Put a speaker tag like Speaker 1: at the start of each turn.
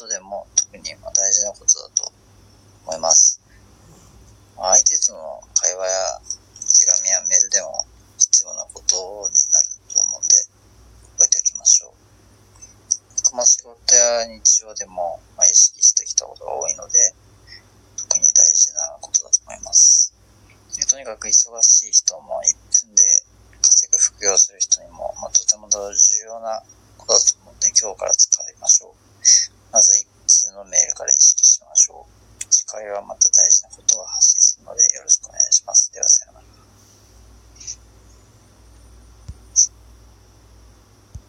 Speaker 1: 事でも特に大事なことだと思います。相手との会話や手紙やメールでも必要なことになると思うんで覚えておきましょう。仕事や日常でも意識してきたことが多いので特に大事なことだと思います。とにかく忙しい人も1分で稼ぐ副業する人にも、とても重要なことだと思うので今日から使いましょう。まず1通のメールから意識しましょう。次回はまた大事なことを発信するのでよろしくお願いします。では